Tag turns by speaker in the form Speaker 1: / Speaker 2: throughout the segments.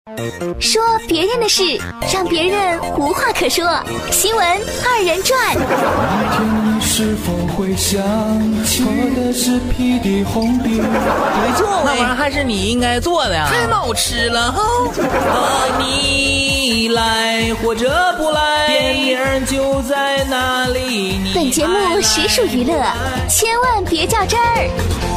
Speaker 1: 说别人的事，让别人无话可说。新闻二人转。
Speaker 2: 你是否会想起我的是屁的红笔？
Speaker 3: 没错，那玩意儿还是你应该做的呀，太好吃了哈！你来或者不来，电影就在那里。
Speaker 1: 本节目实属娱乐，千万别较真儿。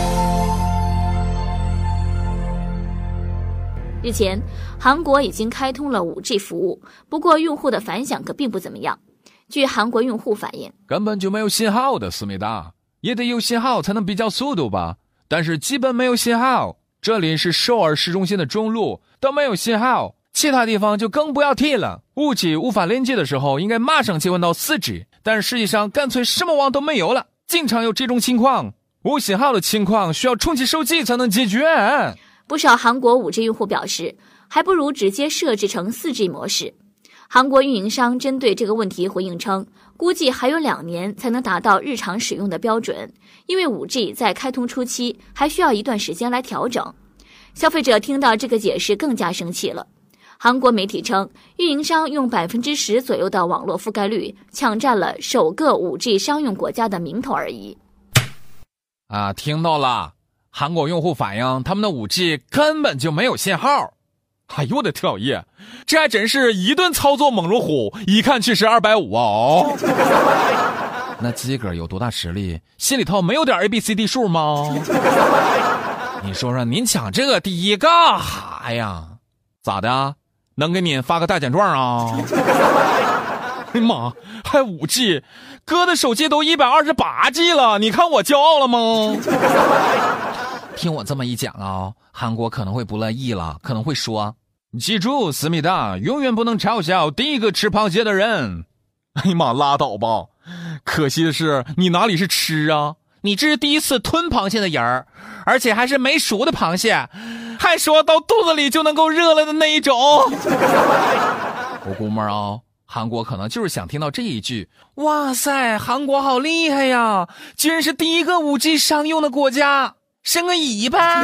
Speaker 1: 日前，韩国已经开通了 5G 服务，不过用户的反响可并不怎么样。据韩国用户反映，
Speaker 4: 根本就没有信号的，思密达，也得有信号才能比较速度吧？但是基本没有信号。这里是首尔市中心的中路，都没有信号，其他地方就更不要提了。5G 无法连接的时候，应该马上切换到 4G， 但是实际上干脆什么网都没有了。经常有这种情况，无信号的情况需要重启手机才能解决。
Speaker 1: 不少韩国 5G 用户表示，还不如直接设置成 4G 模式。韩国运营商针对这个问题回应称，估计还有2年才能达到日常使用的标准，因为 5G 在开通初期还需要一段时间来调整。消费者听到这个解释更加生气了。韩国媒体称，运营商用 10% 左右的网络覆盖率抢占了首个 5G 商用国家的名头而已。
Speaker 4: 听到了，韩国用户反映他们的 5G 根本就没有信号。哎呦我的跳爷，这还真是一顿操作猛如虎，一看去是250哦。那自己个儿有多大实力，心里头没有点 ABCD 数吗？你说说您抢这个第一干啥呀？咋的？能给您发个大奖状啊？哎呀妈，还 5G， 哥的手机都128G 了，你看我骄傲了吗？听我这么一讲啊，韩国可能会不乐意了，可能会说，记住思密达，永远不能嘲笑第一个吃螃蟹的人。哎呀妈，拉倒吧，可惜的是你哪里是吃啊，你这是第一次吞螃蟹的人儿，而且还是没熟的螃蟹，还说到肚子里就能够热了的那一种。我估摸啊，韩国可能就是想听到这一句，哇塞，韩国好厉害呀，居然是第一个 5G 商用的国家，伸个尾巴。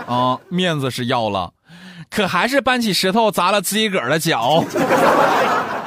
Speaker 4: 面子是要了，可还是搬起石头砸了自己个儿的脚。